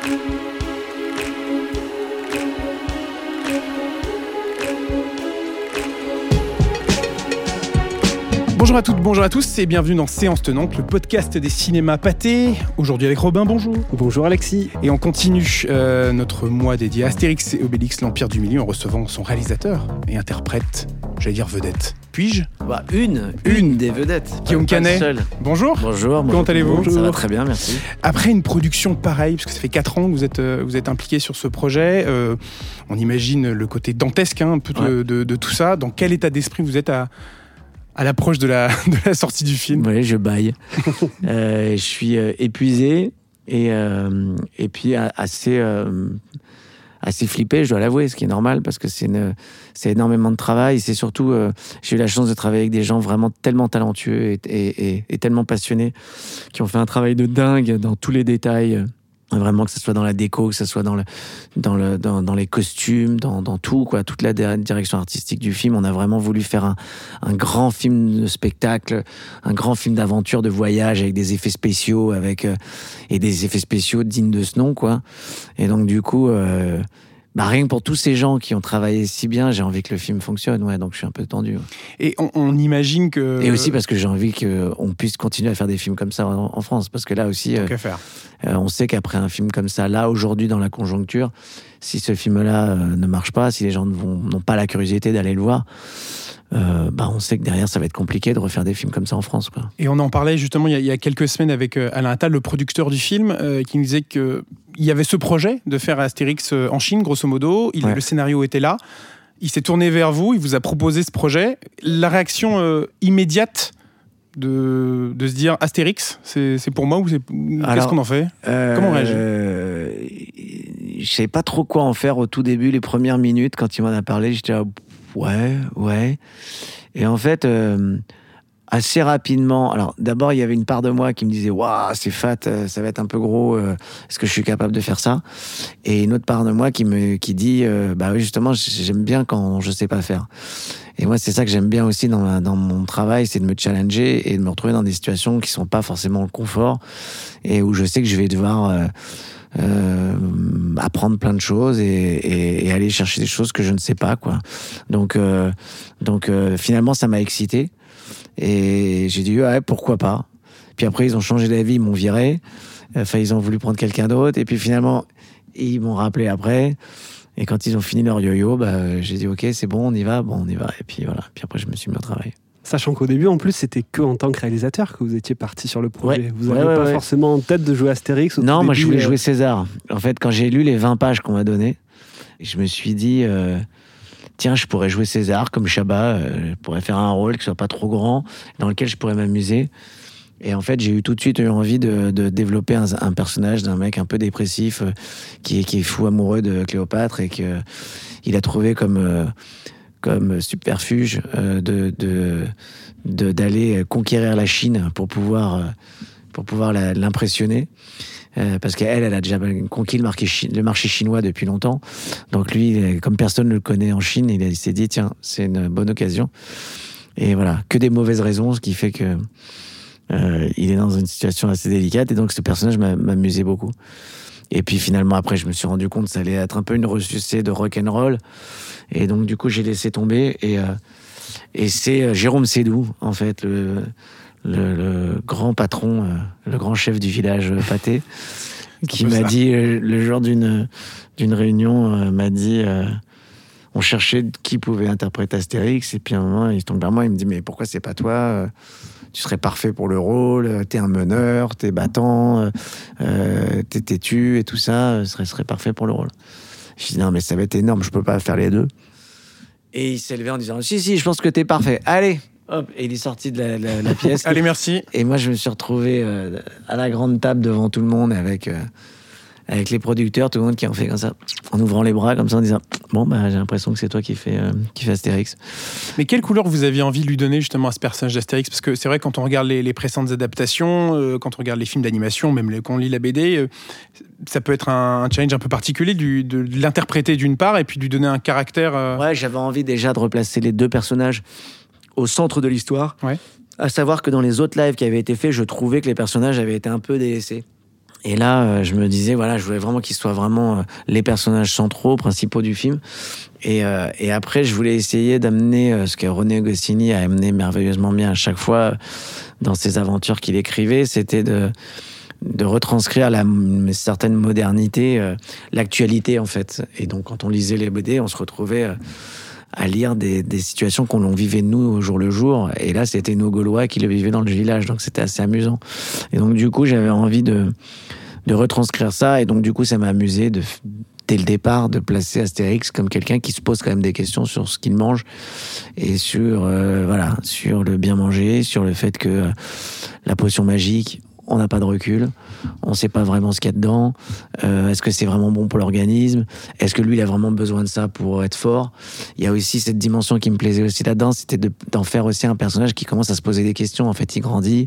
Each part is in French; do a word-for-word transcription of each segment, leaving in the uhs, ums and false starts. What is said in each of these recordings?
Bonjour à toutes, bonjour à tous et bienvenue dans Séance Tenante, le podcast des cinémas pâtés. Aujourd'hui avec Robin, bonjour. Bonjour Alexis. Et on continue euh, notre mois dédié à Astérix et Obélix, l'Empire du Milieu, en recevant son réalisateur et interprète, j'allais dire vedette. Puis-je bah, une, une, une des vedettes. Guillaume Canet. Bonjour. Bonjour. Comment bonjour, allez-vous? Bonjour. Ça va très bien, merci. Après une production pareille, parce que ça fait quatre ans que vous êtes, euh, vous êtes impliqué sur ce projet, euh, on imagine le côté dantesque hein, un peu de, ouais. de, de, de tout ça. Dans quel état d'esprit vous êtes à... à l'approche de la, de la sortie du film? Oui, je baille. euh, je suis euh, épuisé et, euh, et puis assez, euh, assez flippé, je dois l'avouer, ce qui est normal parce que c'est, une, c'est énormément de travail. C'est surtout, euh, j'ai eu la chance de travailler avec des gens vraiment tellement talentueux et, et, et, et tellement passionnés qui ont fait un travail de dingue dans tous les détails. Vraiment, que ce soit dans la déco, que ce soit dans, le, dans, le, dans, dans les costumes, dans, dans tout, quoi, toute la direction artistique du film. On a vraiment voulu faire un, un grand film de spectacle, un grand film d'aventure, de voyage, avec des effets spéciaux, avec, euh, et des effets spéciaux dignes de ce nom, quoi. Et donc, du coup, euh, bah, rien que pour tous ces gens qui ont travaillé si bien, j'ai envie que le film fonctionne, ouais, donc je suis un peu tendu. Ouais. Et on, on imagine que... Et aussi parce que j'ai envie qu'on puisse continuer à faire des films comme ça en, en France, parce que là aussi... Tant qu'à faire. Euh, on sait qu'après un film comme ça, là, aujourd'hui, dans la conjoncture, si ce film-là euh, ne marche pas, si les gens ne vont, n'ont pas la curiosité d'aller le voir, euh, bah, on sait que derrière, ça va être compliqué de refaire des films comme ça en France, quoi. Et on en parlait justement il y a, il y a quelques semaines avec euh, Alain Attal, le producteur du film, euh, qui nous disait qu'il y avait ce projet de faire Astérix en Chine, grosso modo. Il, ouais. Le scénario était là. Il s'est tourné vers vous, il vous a proposé ce projet. La réaction euh, immédiate De, de se dire Astérix, c'est, c'est pour moi ou c'est... Alors, qu'est-ce qu'on en fait euh, Comment on réagit euh, Je sais pas trop quoi en faire au tout début, les premières minutes, quand il m'en a parlé, j'étais là, ouais, ouais. Et en fait, euh, assez rapidement, alors d'abord, il y avait une part de moi qui me disait, waouh, c'est fat, ça va être un peu gros, euh, est-ce que je suis capable de faire ça? Et une autre part de moi qui me qui dit, euh, bah oui, justement, j'aime bien quand je sais pas faire. Et moi, c'est ça que j'aime bien aussi dans, ma, dans mon travail, c'est de me challenger et de me retrouver dans des situations qui sont pas forcément le confort et où je sais que je vais devoir euh, euh, apprendre plein de choses et, et, et aller chercher des choses que je ne sais pas, quoi. Donc, euh, donc euh, finalement, ça m'a excité et j'ai dit ouais, pourquoi pas. Puis après, ils ont changé d'avis, ils m'ont viré. Enfin, ils ont voulu prendre quelqu'un d'autre et puis finalement, ils m'ont rappelé après. Et quand ils ont fini leur yo-yo, bah, j'ai dit ok, c'est bon, on y va, bon, on y va. Et puis voilà. Puis après, je me suis mis au travail. Sachant qu'au début, en plus, c'était que en tant que réalisateur que vous étiez parti sur le projet. Ouais. Vous n'aviez ouais, ouais, pas ouais. forcément en tête de jouer Astérix. Au non, tout moi, début, je voulais euh... jouer César. En fait, quand j'ai lu les vingt pages qu'on m'a données, je me suis dit, euh, tiens, je pourrais jouer César comme Chabat. Euh, je pourrais faire un rôle qui soit pas trop grand, dans lequel je pourrais m'amuser. Et en fait, j'ai eu tout de suite eu envie de, de développer un, un personnage d'un mec un peu dépressif euh, qui, est, qui est fou amoureux de Cléopâtre et que il a trouvé comme euh, comme subterfuge euh, de, de, de d'aller conquérir la Chine pour pouvoir euh, pour pouvoir la, l'impressionner. Euh, parce qu'elle, elle a déjà conquis le marché, chi- le marché chinois depuis longtemps. Donc lui, comme personne ne le connaît en Chine, il, a, il s'est dit tiens, c'est une bonne occasion. Et voilà, que des mauvaises raisons, ce qui fait que Euh, il est dans une situation assez délicate et donc ce personnage m'a, m'amusait beaucoup. Et puis finalement après je me suis rendu compte que ça allait être un peu une ressucée de rock'n'roll et donc du coup j'ai laissé tomber et, euh, et c'est euh, Jérôme Sédou en fait le, le, le grand patron, euh, le grand chef du village pâté qui m'a ça. dit euh, le jour d'une, d'une réunion euh, m'a dit euh, on cherchait qui pouvait interpréter Astérix et puis à un moment il se tombe vers moi, il me dit mais pourquoi c'est pas toi? Tu serais parfait pour le rôle, t'es un meneur, t'es battant, euh, t'es têtu et tout ça, serait, serait parfait pour le rôle. Je dis non mais ça va être énorme, je peux pas faire les deux. Et il s'est levé en disant si si, je pense que t'es parfait, allez. Hop, et il est sorti de la, la, la pièce. Allez, merci. Et moi je me suis retrouvé euh, à la grande table devant tout le monde avec... Euh, avec les producteurs, tout le monde qui en fait comme ça, en ouvrant les bras comme ça, en disant bon bah j'ai l'impression que c'est toi qui fais euh, qui fait Astérix. Mais quelle couleur vous aviez envie de lui donner justement à ce personnage d'Astérix? Parce que c'est vrai quand on regarde les, les précédentes adaptations, euh, quand on regarde les films d'animation, même les, quand on lit la B D, euh, ça peut être un, un challenge un peu particulier du, de, de l'interpréter d'une part et puis de lui donner un caractère. Euh... Ouais, j'avais envie déjà de replacer les deux personnages au centre de l'histoire. Ouais. À savoir que dans les autres lives qui avaient été faits, je trouvais que les personnages avaient été un peu délaissés. Et là, euh, je me disais, voilà, je voulais vraiment qu'ils soient vraiment euh, les personnages centraux, principaux du film. Et, euh, et après, je voulais essayer d'amener euh, ce que René Goscinny a amené merveilleusement bien à chaque fois euh, dans ses aventures qu'il écrivait, c'était de, de retranscrire la, une certaine modernité, euh, l'actualité en fait. Et donc, quand on lisait les B D, on se retrouvait euh, à lire des, des situations qu'on vivait nous au jour le jour. Et là, c'était nos Gaulois qui le vivaient dans le village. Donc, c'était assez amusant. Et donc, du coup, j'avais envie de... de retranscrire ça, et donc du coup ça m'a amusé de, dès le départ de placer Astérix comme quelqu'un qui se pose quand même des questions sur ce qu'il mange et sur euh, voilà, sur le bien manger, sur le fait que euh, la potion magique, on n'a pas de recul, on sait pas vraiment ce qu'il y a dedans, euh, est-ce que c'est vraiment bon pour l'organisme, est-ce que lui il a vraiment besoin de ça pour être fort. Il y a aussi cette dimension qui me plaisait aussi là-dedans, c'était de, d'en faire aussi un personnage qui commence à se poser des questions. En fait, il grandit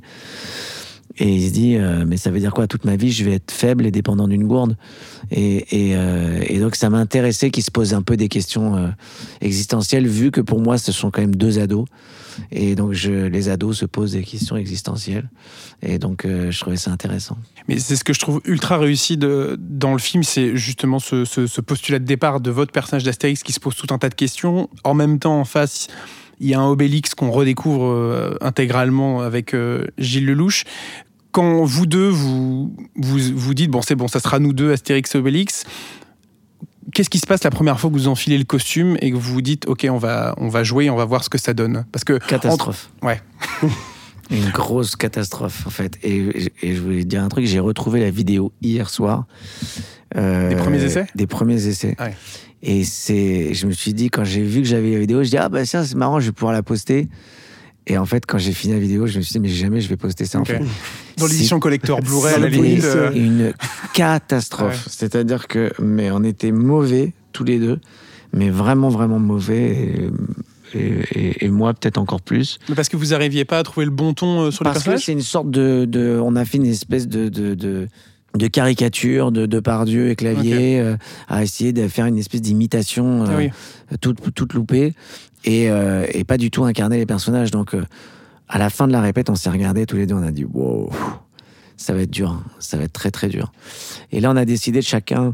et il se dit, euh, mais ça veut dire quoi, toute ma vie, je vais être faible et dépendant d'une gourde. Et, et, euh, et donc, ça m'a intéressé qu'il se pose un peu des questions euh, existentielles, vu que pour moi, ce sont quand même deux ados. Et donc, je, les ados se posent des questions existentielles. Et donc, euh, je trouvais ça intéressant. Mais c'est ce que je trouve ultra réussi de, dans le film, c'est justement ce, ce, ce postulat de départ de votre personnage d'Astérix qui se pose tout un tas de questions. En même temps, en face, il y a un Obélix qu'on redécouvre euh, intégralement avec euh, Gilles Lellouche. Quand vous deux, vous, vous vous dites, bon, c'est bon, ça sera nous deux, Astérix et Obélix, qu'est-ce qui se passe la première fois que vous enfilez le costume et que vous vous dites, ok, on va, on va jouer, on va voir ce que ça donne? Parce que Catastrophe. Entre... Ouais. Une grosse catastrophe, en fait. Et, et je voulais dire un truc, j'ai retrouvé la vidéo hier soir. Euh, des premiers essais Des premiers essais. Ouais. Et c'est, je me suis dit, quand j'ai vu que j'avais la vidéo, je dis, ah bah tiens, c'est marrant, je vais pouvoir la poster. Et en fait, quand j'ai fini la vidéo, je me suis dit, mais jamais je vais poster ça, okay. en fait. Dans l'édition collector Blu-ray, à la C'était limite. Euh... une catastrophe. Ouais. C'est-à-dire que, mais on était mauvais, tous les deux, mais vraiment, vraiment mauvais. Et, et, et, et moi, peut-être encore plus. Mais parce que vous n'arriviez pas à trouver le bon ton sur les parce personnages? Parce que c'est une sorte de, de... On a fait une espèce de... de, de de caricature de Depardieu et Clavier, okay. euh, à essayer de faire une espèce d'imitation euh, ah oui. toute, toute loupée et, euh, et pas du tout incarner les personnages. Donc, euh, à la fin de la répète, on s'est regardés tous les deux, on a dit « wow, ça va être dur, hein. Ça va être très très dur ». Et là, on a décidé de chacun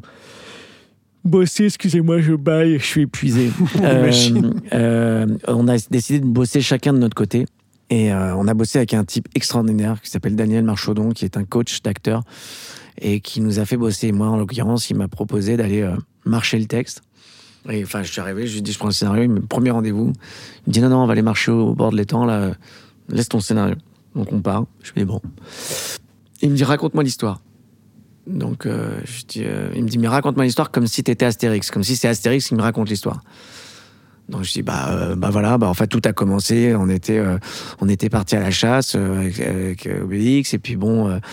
bosser, excusez-moi, je baille, je suis épuisé. euh, euh, on a décidé de bosser chacun de notre côté. Et euh, on a bossé avec un type extraordinaire qui s'appelle Daniel Marchaudon, qui est un coach d'acteur et qui nous a fait bosser. Moi, en l'occurrence, il m'a proposé d'aller euh, marcher le texte. Et enfin, je suis arrivé, je lui ai dit, je prends le scénario, il me premier rendez-vous. Il me dit, non, non, on va aller marcher au, au bord de l'étang, là, laisse ton scénario. Donc on part, je lui dis, bon. Il me dit, raconte-moi l'histoire. Donc euh, je dis, euh, il me dit, mais raconte-moi l'histoire comme si t'étais Astérix, comme si c'est Astérix qui me raconte l'histoire. Donc je dis bah euh, bah voilà bah en fait tout a commencé, on était euh, on était parti à la chasse euh, avec, avec Obélix et puis bon euh,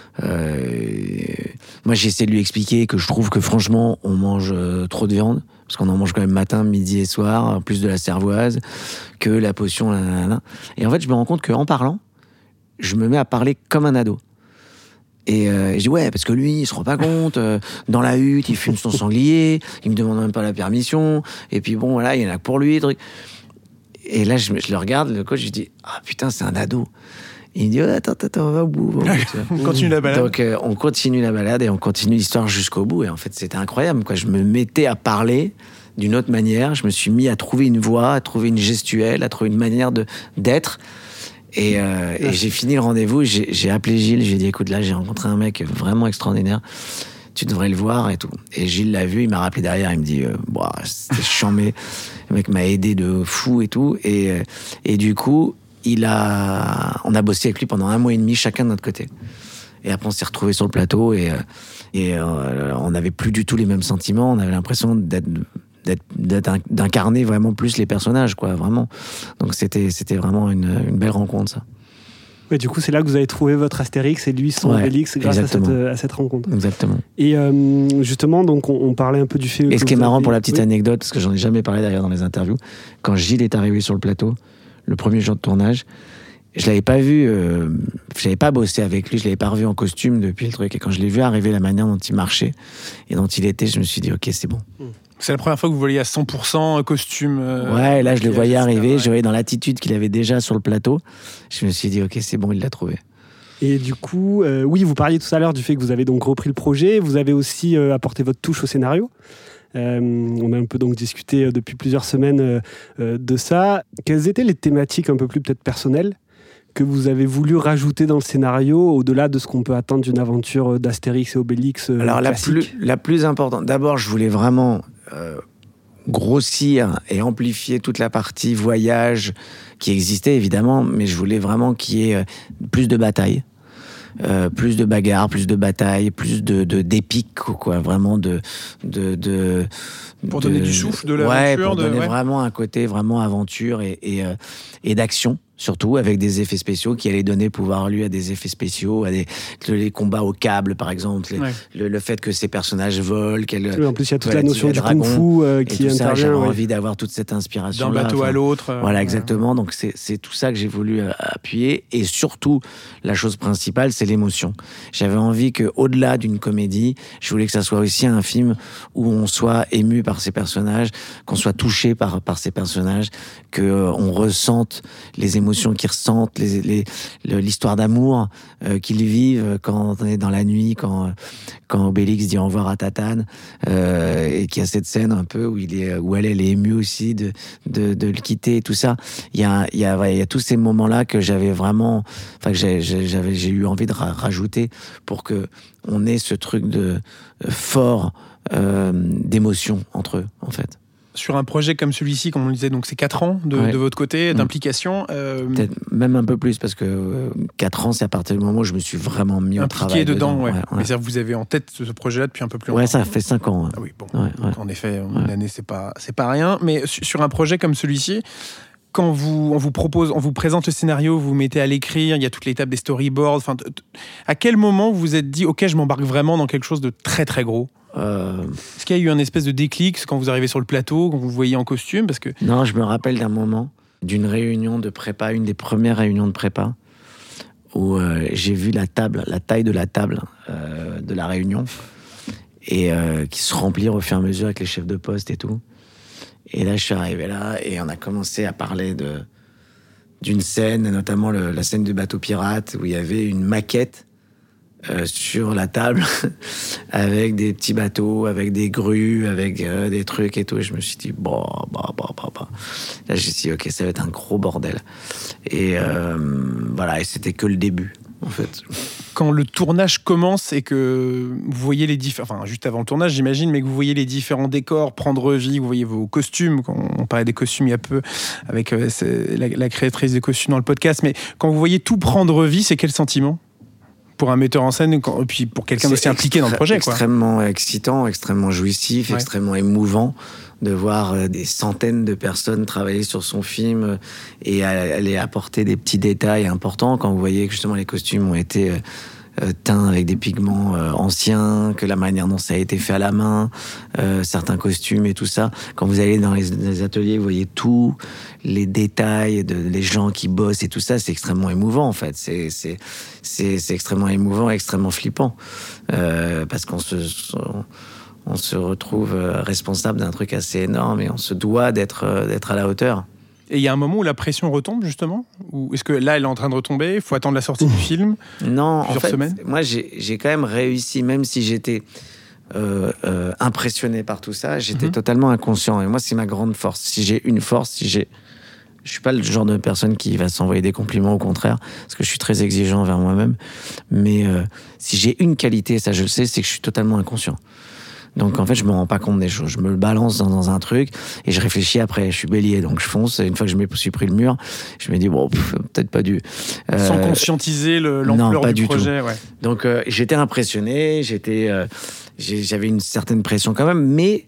euh, moi j'ai essayé de lui expliquer que je trouve que franchement on mange euh, trop de viande parce qu'on en mange quand même matin, midi et soir, en plus de la cervoise, que la potion là, là, là. Et en fait je me rends compte qu'en parlant je me mets à parler comme un ado. Et euh, je dis ouais parce que lui il se rend pas compte, euh, dans la hutte il fume son sanglier, il me demande même pas la permission et puis bon voilà il y en a que pour lui truc. Et là je, je le regarde le coach, je dis ah putain c'est un ado. Et il me dit oh, attends attends on va au bout, on, on continue la balade. Donc euh, on continue la balade et on continue l'histoire jusqu'au bout et en fait c'était incroyable quoi. Je me mettais à parler d'une autre manière, je me suis mis à trouver une voix, à trouver une gestuelle, à trouver une manière de d'être. Et, euh, et j'ai fini le rendez-vous, j'ai, j'ai appelé Gilles, j'ai dit écoute là j'ai rencontré un mec vraiment extraordinaire, tu devrais le voir et tout. Et Gilles l'a vu, il m'a rappelé derrière, il me dit euh, bah, c'était chambé, le mec m'a aidé de fou et tout. Et, et du coup, il a, on a bossé avec lui pendant un mois et demi chacun de notre côté. Et après on s'est retrouvés sur le plateau et, et euh, on n'avait plus du tout les mêmes sentiments, on avait l'impression d'être... D'être, d'être, d'incarner vraiment plus les personnages, quoi, vraiment. Donc c'était, c'était vraiment une, une belle rencontre, ça. Ouais, du coup, c'est là que vous avez trouvé votre Astérix et lui son ouais, Obélix grâce à cette, à cette rencontre. Exactement. Et euh, justement, donc on, on parlait un peu du film. Et ce qui est marrant avez... pour la petite oui. anecdote, parce que j'en ai jamais parlé d'ailleurs dans les interviews, quand Gilles est arrivé sur le plateau, le premier jour de tournage, je l'avais pas vu, euh, je l'avais pas bossé avec lui, je l'avais pas revu en costume depuis le truc. Et quand je l'ai vu arriver, la manière dont il marchait et dont il était, je me suis dit, ok, c'est bon. Mmh. C'est la première fois que vous voyez à cent pour cent costume. Euh, ouais, là je le voyais arriver, ouais. Je voyais dans l'attitude qu'il avait déjà sur le plateau. Je me suis dit, ok, c'est bon, il l'a trouvé. Et du coup, euh, oui, vous parliez tout à l'heure du fait que vous avez donc repris le projet. Vous avez aussi euh, apporté votre touche au scénario. Euh, on a un peu donc discuté euh, depuis plusieurs semaines euh, euh, de ça. Quelles étaient les thématiques un peu plus peut-être personnelles que vous avez voulu rajouter dans le scénario, au-delà de ce qu'on peut attendre d'une aventure d'Astérix et Obélix euh, Alors la classique. plus, la plus importante, d'abord je voulais vraiment euh, grossir et amplifier toute la partie voyage qui existait évidemment, mais je voulais vraiment qu'il y ait euh, plus de batailles. Euh, plus de bagarres, plus de batailles, plus de, de d'épique, quoi, vraiment de, de, de pour de, donner du souffle, de l'aventure, ouais, pour de, donner ouais. vraiment un côté vraiment aventure et et, euh, et d'action. Surtout avec des effets spéciaux qui allaient donner pouvoir lui à des effets spéciaux, à des les combats au câble par exemple, les, ouais. le, le fait que ces personnages volent, qu'elle. Oui, en plus il y a toute la notion du kung-fu euh, qui intervient. J'avais ouais. envie d'avoir toute cette inspiration d'un bateau enfin, à l'autre. Voilà euh, exactement. Donc c'est c'est tout ça que j'ai voulu euh, appuyer et surtout la chose principale c'est l'émotion. J'avais envie que au-delà d'une comédie, je voulais que ça soit aussi un film où on soit ému par ces personnages, qu'on soit touché par par ces personnages, que euh, on ressente les émotions qu'ils ressentent, les, les, l'histoire d'amour euh, qu'ils vivent quand on est dans la nuit, quand, quand Obélix dit au revoir à Tatane, euh, et qu'il y a cette scène un peu où, il est, où elle, elle est émue aussi de, de, de le quitter et tout ça. Il y a, il y a, ouais, il y a tous ces moments-là que j'avais vraiment, enfin que j'ai, j'avais, j'ai eu envie de ra- rajouter pour que on ait ce truc de euh, fort euh, d'émotion entre eux, en fait. Sur un projet comme celui-ci, comme on le disait, donc c'est quatre ans de, ouais. de votre côté, mmh. d'implication. Euh... Peut-être même un peu plus, parce que euh, quatre ans, c'est à partir du moment où je me suis vraiment mis au travail. Impliqué dedans, dedans. ouais. ouais, ouais. Mais c'est-à-dire que vous avez en tête ce projet-là depuis un peu plus longtemps. Ouais, ça fait cinq ans. Ouais. Ah oui, bon. Ouais, donc, ouais. en effet, une ouais. année, c'est pas, c'est pas rien. Mais sur un projet comme celui-ci, quand vous, on vous propose, on vous présente le scénario, vous vous mettez à l'écrire, il y a toute l'étape des storyboards. Enfin, t- t- à quel moment vous vous êtes dit, ok, je m'embarque vraiment dans quelque chose de très très gros? Euh... Est-ce qu'il y a eu un espèce de déclic quand vous arrivez sur le plateau, quand vous vous voyez en costume? Parce que... Non, je me rappelle d'un moment, d'une réunion de prépa, une des premières réunions de prépa, où euh, j'ai vu la table, la taille de la table euh, de la réunion, et euh, qui se remplir au fur et à mesure avec les chefs de poste et tout. Et là, je suis arrivé là, et on a commencé à parler de, d'une scène, notamment le, la scène du bateau pirate, où il y avait une maquette Euh, sur la table avec des petits bateaux, avec des grues, avec euh, des trucs et tout. Et je me suis dit, bon, bah, bah, bah, bah. Là, j'ai dit, ok, ça va être un gros bordel. Et euh, voilà, et c'était que le début, en fait. Quand le tournage commence et que vous voyez les différents, enfin juste avant le tournage j'imagine, mais que vous voyez les différents décors prendre vie, vous voyez vos costumes, quand on parlait des costumes il y a peu avec euh, la, la créatrice des costumes dans le podcast, mais quand vous voyez tout prendre vie, c'est quel sentiment pour un metteur en scène et puis pour quelqu'un d'aussi impliqué extra- dans le projet, quoi. Extrêmement excitant, extrêmement jouissif, ouais. extrêmement émouvant de voir des centaines de personnes travailler sur son film et aller apporter des petits détails importants quand vous voyez que justement les costumes ont été euh, teints avec des pigments euh, anciens, que la manière dont ça a été fait à la main, euh, certains costumes et tout ça. Quand vous allez dans les, les ateliers, vous voyez tous les détails de les gens qui bossent et tout ça, c'est extrêmement émouvant en fait. C'est c'est c'est, c'est extrêmement émouvant, extrêmement flippant euh, parce qu'on se on, on se retrouve responsable d'un truc assez énorme et on se doit d'être d'être à la hauteur. Et il y a un moment où la pression retombe, justement? Ou est-ce que là, elle est en train de retomber? Il faut attendre la sortie du film? Non, plusieurs en fait, semaines? Moi, j'ai, j'ai quand même réussi, même si j'étais euh, euh, impressionné par tout ça, j'étais mm-hmm. totalement inconscient. Et moi, c'est ma grande force. Si j'ai une force, si j'ai... Je suis pas le genre de personne qui va s'envoyer des compliments, au contraire, parce que je suis très exigeant envers moi-même. Mais euh, si j'ai une qualité, ça je le sais, c'est que je suis totalement inconscient. Donc en fait, je me rends pas compte des choses. Je me balance dans, dans un truc et je réfléchis après. Je suis bélier, donc je fonce. Une fois que je me suis pris le mur, je me dis bon, pff, peut-être pas dû. Euh, Sans conscientiser le, l'ampleur non, pas du, du projet. Tout. Ouais. Donc euh, j'étais impressionné, j'étais, euh, j'ai, j'avais une certaine pression quand même, mais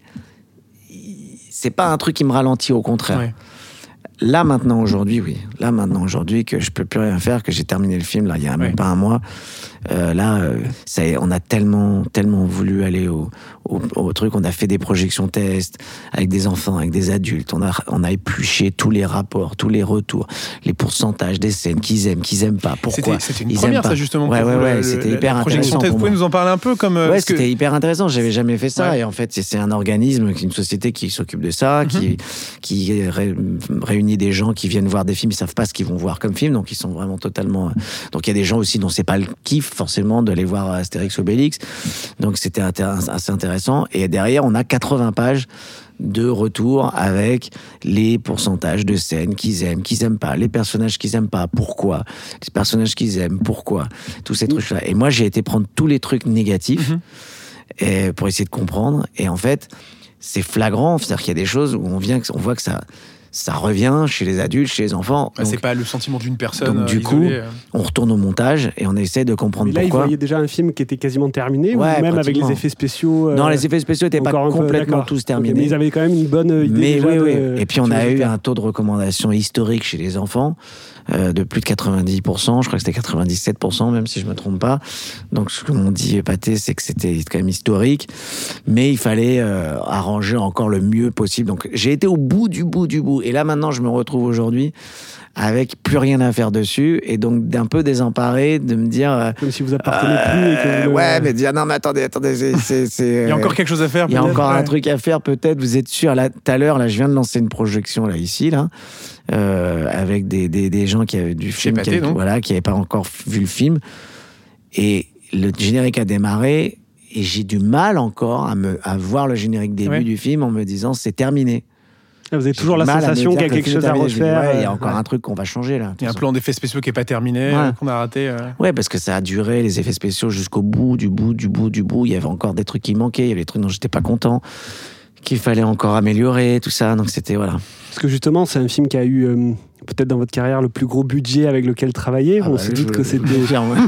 c'est pas un truc qui me ralentit, au contraire. Ouais. Là maintenant aujourd'hui, oui. Là maintenant aujourd'hui que je peux plus rien faire, que j'ai terminé le film là il y a même ouais. pas un mois. Euh, là, euh, ça y est, on a tellement, tellement voulu aller au, au, au truc. On a fait des projections tests avec des enfants, avec des adultes. On a, on a épluché tous les rapports, tous les retours, les pourcentages des scènes qu'ils aiment, qu'ils aiment pas. Pourquoi C'était, c'était une ils première, pas. ça justement. Ouais, ouais, ouais. Le, c'était le, hyper intéressant. Test, vous pouvez nous en parler un peu comme. Ouais, c'était que... hyper intéressant. J'avais jamais fait ça. Ouais. Et en fait, c'est, c'est un organisme, une société qui s'occupe de ça, mm-hmm. qui, qui ré, réunit réuni des gens qui viennent voir des films, ils savent pas ce qu'ils vont voir comme film, donc ils sont vraiment totalement... Donc il y a des gens aussi dont c'est pas le kiff forcément d'aller voir Astérix Obélix, donc c'était intér- assez intéressant. Et derrière, on a quatre-vingts pages de retour avec les pourcentages de scènes qu'ils aiment, qu'ils aiment pas, les personnages qu'ils aiment pas, pourquoi, les personnages qu'ils aiment, pourquoi, tous ces trucs-là. Et moi, j'ai été prendre tous les trucs négatifs mmh. et, pour essayer de comprendre. Et en fait, c'est flagrant, c'est-à-dire qu'il y a des choses où on vient, on voit que ça, ça revient chez les adultes, chez les enfants. Bah, donc, c'est pas le sentiment d'une personne. Donc du isolée. coup, on retourne au montage et on essaie de comprendre mais là, pourquoi. Là, il voyait déjà un film qui était quasiment terminé, ouais, ou même avec les effets spéciaux. Euh, non, les effets spéciaux n'étaient pas complètement peu, tous terminés. Okay, mais ils avaient quand même une bonne idée. Mais déjà oui, de, oui. Et puis on a eu un taux de recommandation historique chez les enfants. Euh, de plus de quatre-vingt-dix pour cent, je crois que c'était quatre-vingt-dix-sept pour cent même si je me trompe pas. Donc ce que m'ont dit Pathé, c'est que c'était quand même historique, mais il fallait euh, arranger encore le mieux possible. Donc j'ai été au bout du bout du bout, et là maintenant je me retrouve aujourd'hui avec plus rien à faire dessus, et donc d'un peu désemparé de me dire euh, comme si vous appartenez euh, plus et que vous ouais le... mais dire non mais attendez attendez c'est, c'est, c'est, il y a encore quelque chose à faire, il y a encore ouais. un truc à faire peut-être, vous êtes sûr. Là tout à l'heure là je viens de lancer une projection là ici là euh, avec des, des, des gens qui avaient du film Pathé, qui avaient, voilà, qui n'avaient pas encore vu le film, et le générique a démarré et j'ai du mal encore à, me, à voir le générique début ouais. du film en me disant c'est terminé. Vous avez toujours la sensation qu'il y a quelque chose à refaire. Ouais, il y a encore ouais. un truc qu'on va changer là. Il y a un plan d'effets spéciaux qui n'est pas terminé, ouais. qu'on a raté. Euh... Ouais, parce que ça a duré, les effets spéciaux, jusqu'au bout, du bout, du bout, du bout. Il y avait encore des trucs qui manquaient, il y avait des trucs dont j'étais pas content, qu'il fallait encore améliorer, tout ça. Donc c'était, voilà. Parce que justement, c'est un film qui a eu, euh, peut-être dans votre carrière, le plus gros budget avec lequel travailler. Ah On bah, se doute je, que c'était...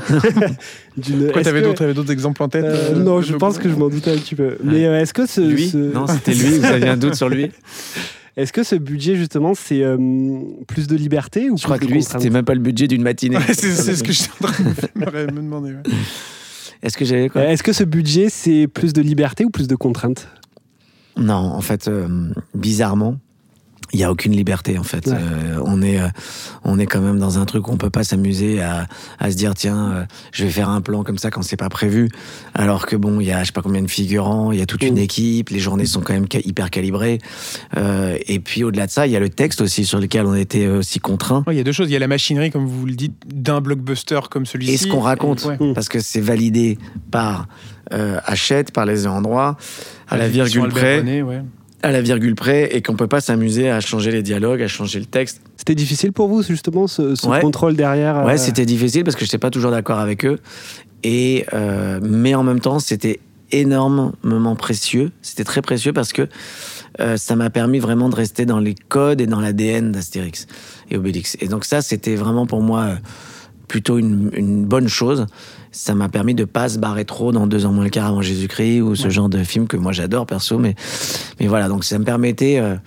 d'une... Quoi, t'avais, que... d'autres, t'avais d'autres exemples en tête euh, euh, Non, je pense que je m'en doutais un petit peu. Ouais. Mais euh, est-ce que ce... Lui ce... Non, c'était lui, vous aviez un doute sur lui. Est-ce que ce budget, justement, c'est euh, plus de liberté ou Je crois que lui, c'était même pas le budget d'une matinée. Ouais, c'est, c'est ce que j'étais en train de me demander. Ouais. Est-ce que j'avais quoi Est-ce que ce budget, c'est plus de liberté ou plus de contraintes ? Non, en fait, euh, bizarrement, il y a aucune liberté en fait. Ouais. Euh, on est, euh, on est quand même dans un truc où on peut pas s'amuser à, à se dire tiens, euh, je vais faire un plan comme ça quand c'est pas prévu. Alors que bon, il y a je sais pas combien de figurants, il y a toute mmh. une équipe, les journées sont quand même ca- hyper calibrées. Euh, et puis au-delà de ça, il y a le texte aussi sur lequel on était aussi contraints. Ouais, il y a deux choses. Il y a la machinerie, comme vous le dites, d'un blockbuster comme celui-ci. Et ce qu'on raconte, et, ouais. parce que c'est validé par euh, Hachette, par les endroits, à la, la virgule près. Bonnet, ouais. à la virgule près, et qu'on peut pas s'amuser à changer les dialogues, à changer le texte. C'était difficile pour vous, justement, ce, ce ouais. contrôle derrière Ouais, euh... c'était difficile parce que je n'étais pas toujours d'accord avec eux. Et, euh, mais en même temps, c'était énormément précieux. C'était très précieux parce que euh, ça m'a permis vraiment de rester dans les codes et dans l'A D N d'Astérix et Obélix. Et donc ça, c'était vraiment pour moi euh, plutôt une, une bonne chose. Ça m'a permis de pas se barrer trop dans Deux ans moins le quart avant Jésus-Christ ou ce ouais. genre de film que moi j'adore perso, mais mais voilà, donc ça me permettait euh,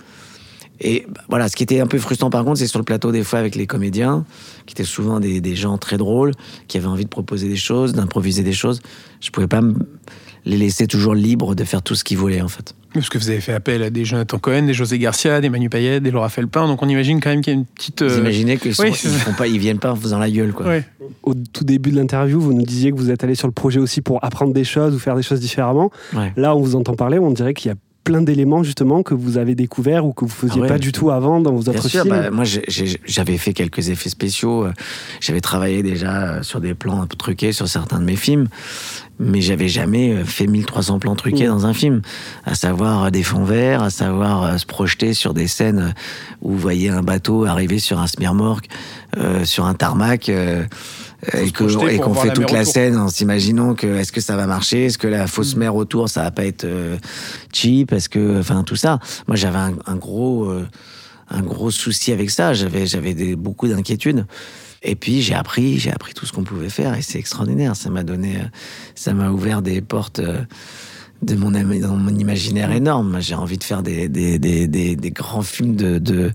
et bah, voilà, ce qui était un peu frustrant par contre, c'est sur le plateau des fois avec les comédiens qui étaient souvent des des gens très drôles, qui avaient envie de proposer des choses, d'improviser des choses. Je pouvais pas m- les laisser toujours libres de faire tout ce qu'ils voulaient en fait. Parce que vous avez fait appel à des Jonathan Cohen, des José Garcia, des Manu Payet, des Laura Felpin, donc on imagine quand même qu'il y a une petite... Euh... Vous imaginez qu'ils sont, oui, ils font pas, ils viennent pas en faisant la gueule, quoi. Ouais. Au tout début de l'interview, vous nous disiez que vous êtes allé sur le projet aussi pour apprendre des choses ou faire des choses différemment. Ouais. Là, on vous entend parler, on dirait qu'il y a plein d'éléments justement que vous avez découverts ou que vous faisiez ah ouais. pas du tout avant dans vos autres Bien sûr, films. Bah, moi, j'ai, j'ai, j'avais fait quelques effets spéciaux. J'avais travaillé déjà sur des plans un peu truqués sur certains de mes films, mais j'avais jamais fait mille trois cents plans truqués mmh. dans un film. À savoir des fonds verts, à savoir se projeter sur des scènes où vous voyez un bateau arriver sur un smirmorque, euh, sur un tarmac. Euh, et, que, et qu'on fait la toute la autour. Scène en s'imaginant que est-ce que ça va marcher, est-ce que la fausse mer autour ça va pas être euh, cheap, est-ce que enfin tout ça. Moi j'avais un, un gros euh, un gros souci avec ça, j'avais j'avais des, beaucoup d'inquiétudes. Et puis j'ai appris j'ai appris tout ce qu'on pouvait faire et c'est extraordinaire. Ça m'a donné ça m'a ouvert des portes euh, de mon dans mon imaginaire énorme. J'ai envie de faire des des des des, des grands films de, de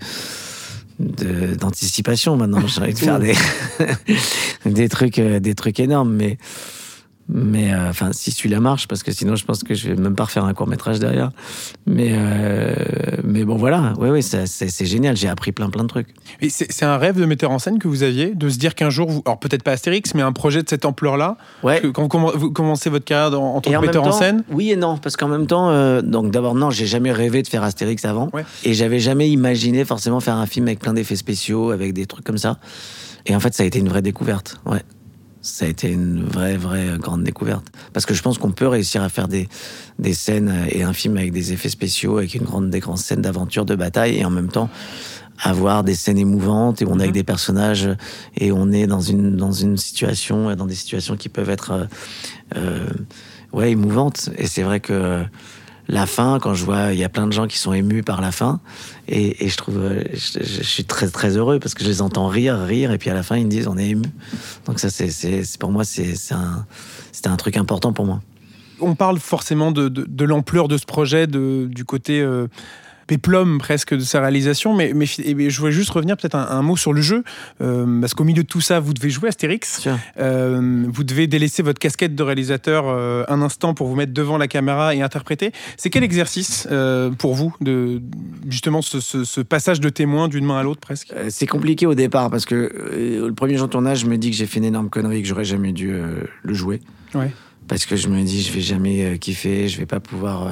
De, d'anticipation maintenant. J'ai envie de faire des des trucs euh, des trucs énormes, mais Mais enfin, euh, si celui-là marche, parce que sinon, je pense que je vais même pas refaire un court métrage derrière. Mais euh, mais bon, voilà. Oui, oui, c'est, c'est, c'est génial. J'ai appris plein, plein de trucs. Et c'est, c'est un rêve de metteur en scène que vous aviez, de se dire qu'un jour, vous, alors peut-être pas Astérix, mais un projet de cette ampleur-là. Ouais. Que, quand vous commencez votre carrière en, en tant et que en metteur temps, en scène. Oui et non, parce qu'en même temps, euh, donc d'abord non, j'ai jamais rêvé de faire Astérix avant, ouais. Et j'avais jamais imaginé forcément faire un film avec plein d'effets spéciaux, avec des trucs comme ça. Et en fait, ça a été une vraie découverte. Ouais. Ça a été une vraie, vraie grande découverte. Parce que je pense qu'on peut réussir à faire des, des scènes et un film avec des effets spéciaux, avec une grande, des grandes scènes d'aventure, de bataille, et en même temps avoir des scènes émouvantes, et on est avec des personnages, et on est dans une, dans une situation, dans des situations qui peuvent être euh, ouais, émouvantes. Et c'est vrai que la fin, quand je vois, il y a plein de gens qui sont émus par la fin, et, et je trouve, je, je suis très très heureux parce que je les entends rire, rire, et puis à la fin ils me disent on est ému. Donc ça, c'est, c'est, c'est pour moi, c'est, c'est un, c'était un truc important pour moi. On parle forcément de, de, de l'ampleur de ce projet, de, du côté euh, péplum presque de sa réalisation, mais, mais, mais je voulais juste revenir peut-être un, un mot sur le jeu, euh, parce qu'au milieu de tout ça, vous devez jouer Astérix, euh, vous devez délaisser votre casquette de réalisateur euh, un instant pour vous mettre devant la caméra et interpréter. C'est quel exercice euh, pour vous, de, justement ce, ce, ce passage de témoin d'une main à l'autre presque? euh, C'est compliqué au départ, parce que euh, le premier jour de tournage, je me dis que j'ai fait une énorme connerie et que j'aurais jamais dû euh, le jouer. Ouais. Parce que je me dis, je vais jamais euh, kiffer, je vais pas pouvoir euh,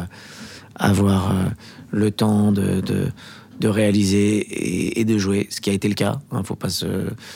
avoir euh, le temps de, de, de réaliser et, et de jouer, ce qui a été le cas, hein, faut pas se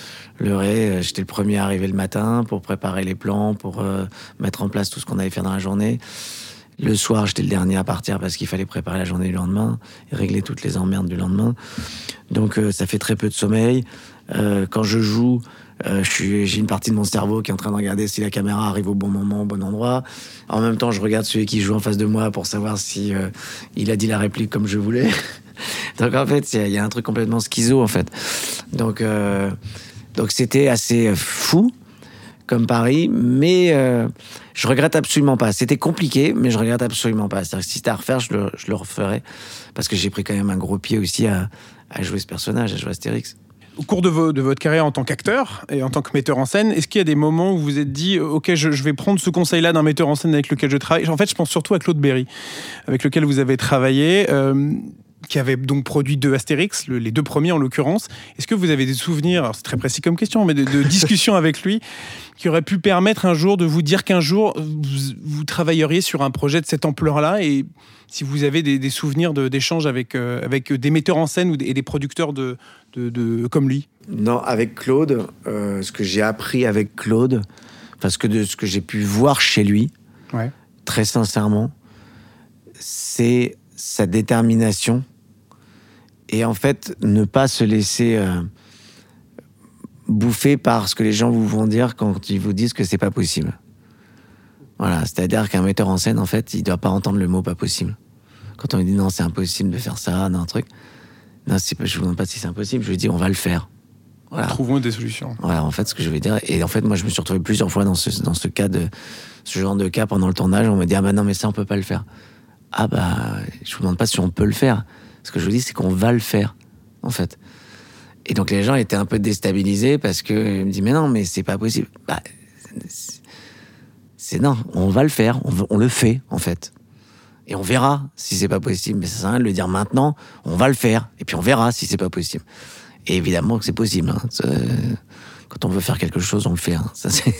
leurrer. J'étais le premier à arriver le matin pour préparer les plans, pour euh, mettre en place tout ce qu'on allait faire dans la journée. Le soir, j'étais le dernier à partir parce qu'il fallait préparer la journée du lendemain et régler toutes les emmerdes du lendemain. Donc euh, ça fait très peu de sommeil. Euh, quand je joue, Euh, je suis, j'ai une partie de mon cerveau qui est en train de regarder si la caméra arrive au bon moment, au bon endroit. En même temps, je regarde celui qui joue en face de moi pour savoir si euh, il a dit la réplique comme je voulais. Donc en fait, il y, y a un truc complètement schizo en fait. Donc euh, donc c'était assez fou comme pari, mais euh, je regrette absolument pas. C'était compliqué, mais je regrette absolument pas. C'est-à-dire que si c'était à refaire, je le, je le referais parce que j'ai pris quand même un gros pied aussi à, à jouer ce personnage, à jouer Astérix. Au cours de, vo- de votre carrière en tant qu'acteur et en tant que metteur en scène, est-ce qu'il y a des moments où vous vous êtes dit « Ok, je, je vais prendre ce conseil-là d'un metteur en scène avec lequel je travaille ». En fait, je pense surtout à Claude Berry, avec lequel vous avez travaillé, euh, qui avait donc produit deux Astérix, le, les deux premiers en l'occurrence. Est-ce que vous avez des souvenirs, alors c'est très précis comme question, mais de, de discussions avec lui qui auraient pu permettre un jour de vous dire qu'un jour, vous, vous travailleriez sur un projet de cette ampleur-là, et si vous avez des, des souvenirs de, d'échanges avec, euh, avec des metteurs en scène ou des, et des producteurs de, de, de, comme lui? Non, avec Claude, euh, ce que j'ai appris avec Claude, parce que de ce que j'ai pu voir chez lui, ouais. très sincèrement, c'est sa détermination et en fait ne pas se laisser euh, bouffer par ce que les gens vous vont dire quand ils vous disent que c'est pas possible. Voilà, c'est-à-dire qu'un metteur en scène, en fait, il doit pas entendre le mot pas possible. Quand on lui dit non, c'est impossible de faire ça, non, un truc. Non, c'est pas, je vous demande pas si c'est impossible, je lui dis on va le faire. Voilà. Trouvons des solutions. Voilà, en fait, ce que je vais dire. Et en fait, moi, je me suis retrouvé plusieurs fois dans ce, dans ce cas de, ce genre de cas pendant le tournage. On me dit, ah bah non, mais ça, on peut pas le faire. Ah bah, je vous demande pas si on peut le faire. Ce que je vous dis, c'est qu'on va le faire, en fait. Et donc, les gens étaient un peu déstabilisés parce que, ils me disent, mais non, mais c'est pas possible. Bah, c'est, c'est non, on va le faire. On, on le fait, en fait. Et on verra si c'est pas possible. Mais ça sert à rien de le dire maintenant. On va le faire. Et puis, on verra si c'est pas possible. Et évidemment que c'est possible. Hein. C'est... Quand on veut faire quelque chose, on le fait. Hein. Ça, c'est...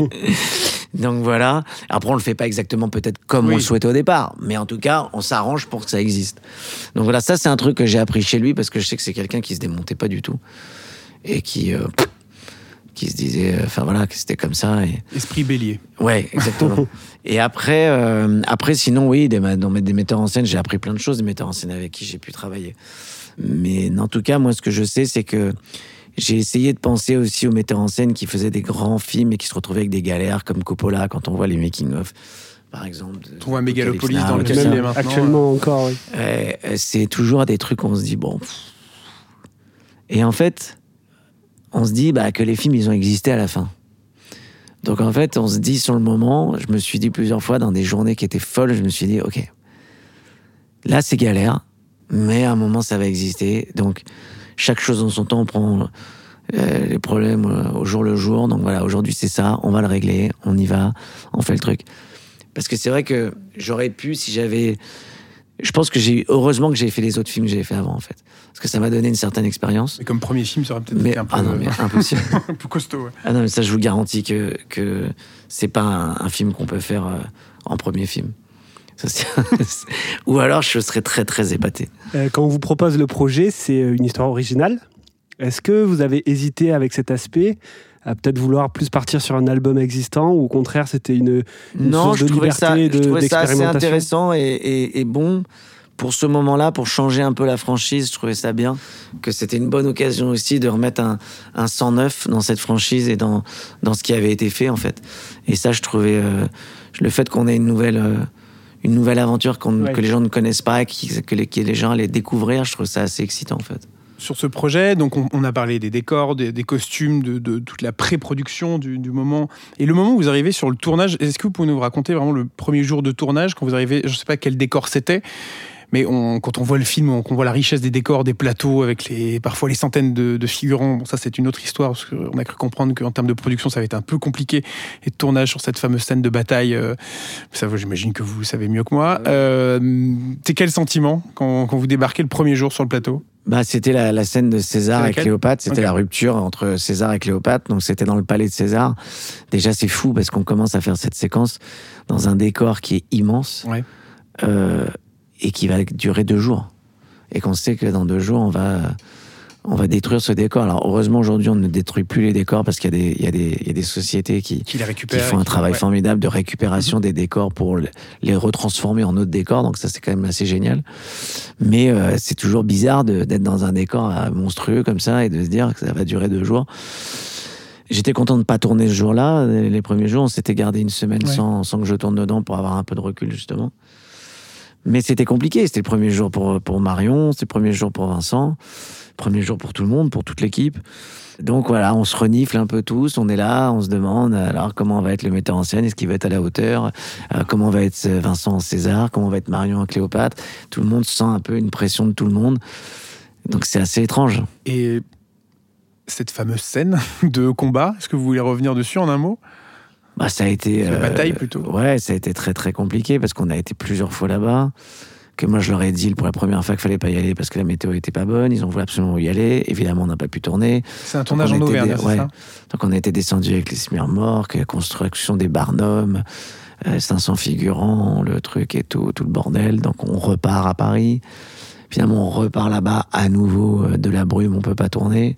Donc voilà. Après, on le fait pas exactement peut-être comme oui. on le souhaitait au départ. Mais en tout cas, on s'arrange pour que ça existe. Donc voilà, ça, c'est un truc que j'ai appris chez lui parce que je sais que c'est quelqu'un qui se démontait pas du tout. Et qui, euh, qui se disait... Enfin voilà, que c'était comme ça. Et... Esprit bélier. Ouais, exactement. Et après, euh, après, sinon, oui, des, dans des metteurs en scène, j'ai appris plein de choses, des metteurs en scène avec qui j'ai pu travailler. Mais en tout cas, moi, ce que je sais, c'est que j'ai essayé de penser aussi aux metteurs en scène qui faisaient des grands films et qui se retrouvaient avec des galères, comme Coppola, quand on voit les making-of, par exemple. On trouve un Mégalopolis dans lequel il est maintenant. Actuellement encore, oui. Euh, c'est toujours des trucs où on se dit, bon... Pff. Et en fait, on se dit bah, que les films, ils ont existé à la fin. Donc en fait, on se dit sur le moment, je me suis dit plusieurs fois dans des journées qui étaient folles, je me suis dit, ok, là, c'est galère, mais à un moment, ça va exister. Donc, chaque chose en son temps, on prend euh, les problèmes euh, au jour le jour. Donc voilà, aujourd'hui c'est ça, on va le régler, on y va, on fait le truc. Parce que c'est vrai que j'aurais pu, si j'avais... Je pense que j'ai heureusement que j'ai fait les autres films que j'avais fait avant, en fait. Parce que ça m'a donné une certaine expérience. Mais comme premier film, ça aurait peut-être mais, été un peu... Ah non, mais impossible. un peu costaud, ouais. Ah non, mais ça, je vous garantis que, que c'est pas un, un film qu'on peut faire euh, en premier film. Ça, c'est... Ou alors, je serais très, très épaté. Euh, quand on vous propose le projet, c'est une histoire originale. Est-ce que vous avez hésité avec cet aspect à peut-être vouloir plus partir sur un album existant, ou au contraire, c'était une, une non, source je de trouvais liberté, ça, de, je trouvais ça assez d'expérimentation? intéressant et, et, et bon pour ce moment-là, pour changer un peu la franchise. Je trouvais ça bien, que c'était une bonne occasion aussi de remettre un, un sang neuf dans cette franchise et dans, dans ce qui avait été fait, en fait. Et ça, je trouvais euh, le fait qu'on ait une nouvelle, euh, une nouvelle aventure qu'on, ouais. que les gens ne connaissent pas, qui, que, les, que les gens allaient découvrir, je trouve ça assez excitant, en fait. Sur ce projet, donc on, on a parlé des décors, des, des costumes, de, de toute la pré-production du, du moment. Et le moment où vous arrivez sur le tournage, est-ce que vous pouvez nous raconter vraiment le premier jour de tournage, quand vous arrivez, je ne sais pas quel décor c'était, mais on, quand on voit le film, on, on voit la richesse des décors, des plateaux, avec les, parfois les centaines de, de figurants. Bon, ça, c'est une autre histoire, parce qu'on a cru comprendre qu'en termes de production, ça va être un peu compliqué. Et de tournage sur cette fameuse scène de bataille, euh, ça, j'imagine que vous savez mieux que moi. Euh, c'est quel sentiment quand, quand vous débarquez le premier jour sur le plateau ? Bah, c'était la, la scène de César et Cléopâtre. C'était okay. La rupture entre César et Cléopâtre. Donc, c'était dans le palais de César. Déjà, c'est fou parce qu'on commence à faire cette séquence dans un décor qui est immense. Ouais. Euh, et qui va durer deux jours. Et qu'on sait que dans deux jours, on va, on va détruire ce décor. Alors, heureusement, aujourd'hui, on ne détruit plus les décors parce qu'il y a des, il y a des, il y a des sociétés qui, qui, les qui font un travail ouais. formidable de récupération mmh. des décors pour les retransformer en autres décors. Donc, ça, c'est quand même assez génial. Mais euh, c'est toujours bizarre de, d'être dans un décor monstrueux comme ça et de se dire que ça va durer deux jours. J'étais content de ne pas tourner ce jour-là. Les premiers jours, on s'était gardé une semaine ouais. sans, sans que je tourne dedans pour avoir un peu de recul, justement. Mais c'était compliqué. C'était le premier jour pour, pour Marion, c'était le premier jour pour Vincent, le premier jour pour tout le monde, pour toute l'équipe. Donc voilà, on se renifle un peu tous, on est là, on se demande alors comment va être le metteur en scène, est-ce qu'il va être à la hauteur, euh, comment va être Vincent en César, comment va être Marion en Cléopâtre. Tout le monde sent un peu une pression de tout le monde. Donc c'est assez étrange. Et cette fameuse scène de combat, est-ce que vous voulez revenir dessus en un mot ? Bah, ça a été... La bataille, euh, plutôt. Ouais, ça a été très, très compliqué parce qu'on a été plusieurs fois là-bas. Que moi, je leur ai dit pour la première fois qu'il fallait pas y aller parce que la météo était pas bonne. Ils ont voulu absolument y aller. Évidemment, on n'a pas pu tourner. C'est un tournage en Auvergne, dé... c'est ouais. ça ? Donc, on a été descendu avec les smirmorques, la construction des Barnum, euh, cinq cents figurants, le truc et tout, tout le bordel. Donc, on repart à Paris. Finalement, on repart là-bas à nouveau euh, de la brume, on peut pas tourner.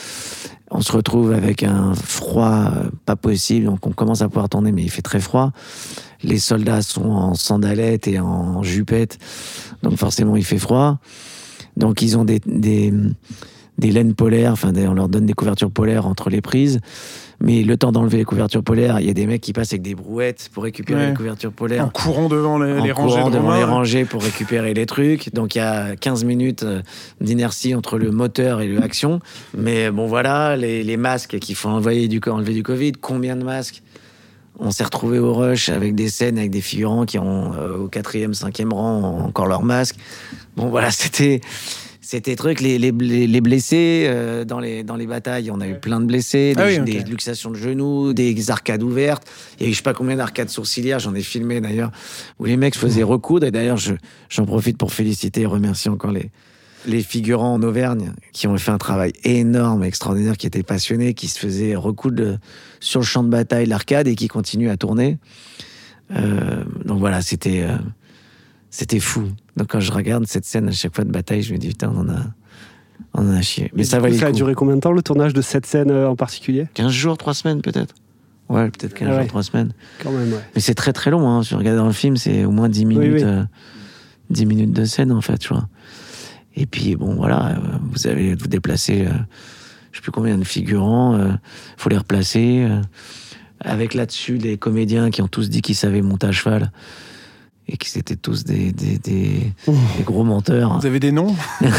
On se retrouve avec un froid pas possible, donc on commence à pouvoir tourner, mais il fait très froid. Les soldats sont en sandalettes et en jupettes, donc forcément il fait froid. Donc ils ont des, des, des laines polaires, enfin on leur donne des couvertures polaires entre les prises. Mais le temps d'enlever les couvertures polaires, il y a des mecs qui passent avec des brouettes pour récupérer ouais. les couvertures polaires. En courant devant les, en les rangées. En courant de devant Romain. les rangées pour récupérer les trucs. Donc il y a quinze minutes d'inertie entre le moteur et l'action. Mais bon voilà, les, les masques qu'il faut enlever du, enlever du Covid. Combien de masques ? On s'est retrouvé au rush avec des scènes, avec des figurants qui ont euh, au quatrième, cinquième rang encore leurs masques. Bon voilà, c'était... C'était truc, les, les, les blessés euh, dans, les, dans les batailles, on a eu plein de blessés, ah des, oui, okay. des luxations de genoux, des arcades ouvertes. Il y a eu je sais pas combien d'arcades sourcilières, j'en ai filmé d'ailleurs, où les mecs faisaient recoudre. Et d'ailleurs, je, j'en profite pour féliciter et remercier encore les, les figurants en Auvergne qui ont fait un travail énorme, extraordinaire, qui étaient passionnés, qui se faisaient recoudre sur le champ de bataille, l'arcade, et qui continuent à tourner. Euh, donc voilà, c'était... Euh, C'était fou. Donc quand je regarde cette scène à chaque fois de bataille, je me dis putain, on en a, on en a chié. Mais ça valait le coup. Ça a duré combien de temps le tournage de cette scène en particulier ? quinze jours, trois semaines peut-être. Ouais, peut-être quinze ah ouais. jours, trois semaines. Quand même, ouais. Mais c'est très très long. Hein. Si vous regardez dans le film, c'est au moins dix minutes, oui, oui. Euh, dix minutes de scène en fait, tu vois. Et puis bon, voilà, vous avez vous déplacez, euh, je sais plus combien de figurants, euh, faut les replacer. Euh, avec là-dessus des comédiens qui ont tous dit qu'ils savaient monter à cheval. Et qui étaient tous des, des, des, des gros menteurs. Vous avez des noms ?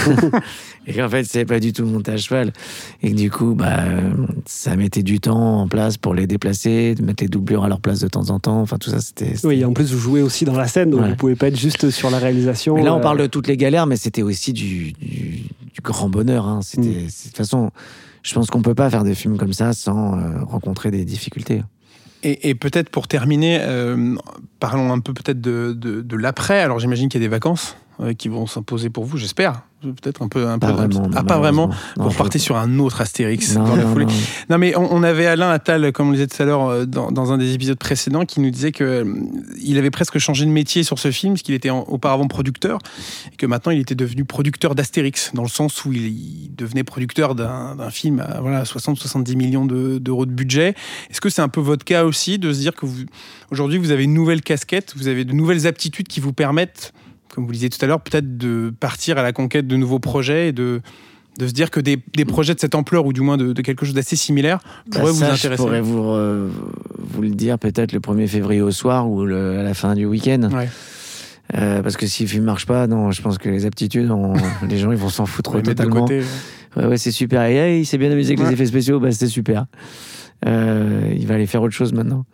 Et qu'en fait, c'est pas du tout monté à cheval. Et que du coup, bah, ça mettait du temps en place pour les déplacer, de mettre les doublures à leur place de temps en temps. Enfin, tout ça, c'était... c'était... Oui, et en plus, vous jouez aussi dans la scène, donc ouais. vous pouvez pas être juste sur la réalisation. Mais là, on euh... parle de toutes les galères, mais c'était aussi du, du, du grand bonheur. Hein. C'était, mm. De toute façon... je pense qu'on peut pas faire des films comme ça sans euh, rencontrer des difficultés. Et, et peut-être pour terminer, euh, parlons un peu peut-être de, de, de l'après. Alors j'imagine qu'il y a des vacances euh, qui vont s'imposer pour vous, j'espère. Peut-être un peu... Un pas peu vraiment. Ah, Non, pas vraiment. non, Vous repartez je... sur un autre Astérix non, dans la non, foulée. Non. non, mais on, on avait Alain Attal, comme on le disait tout à l'heure, dans, dans un des épisodes précédents, qui nous disait qu'il avait presque changé de métier sur ce film, parce qu'il était en, auparavant producteur, et que maintenant il était devenu producteur d'Astérix, dans le sens où il, il devenait producteur d'un, d'un film à voilà, soixante à soixante-dix millions de, d'euros de budget. Est-ce que c'est un peu votre cas aussi, de se dire que vous, aujourd'hui vous avez une nouvelle casquette, vous avez de nouvelles aptitudes qui vous permettent, comme vous le disiez tout à l'heure, peut-être de partir à la conquête de nouveaux projets et de, de se dire que des, des projets de cette ampleur, ou du moins de, de quelque chose d'assez similaire, pourraient bah vous ça, intéresser? Je pourrais vous, euh, vous le dire peut-être le premier février au soir ou le, à la fin du week-end. Ouais. Euh, parce que si le film marche pas, non, je pense que les aptitudes, on, les gens ils vont s'en foutre ouais, totalement. Côté, ouais. Ouais, ouais, c'est super. Et hey, il s'est bien amusé avec ouais. les effets spéciaux, bah c'était super. Euh, il va aller faire autre chose maintenant.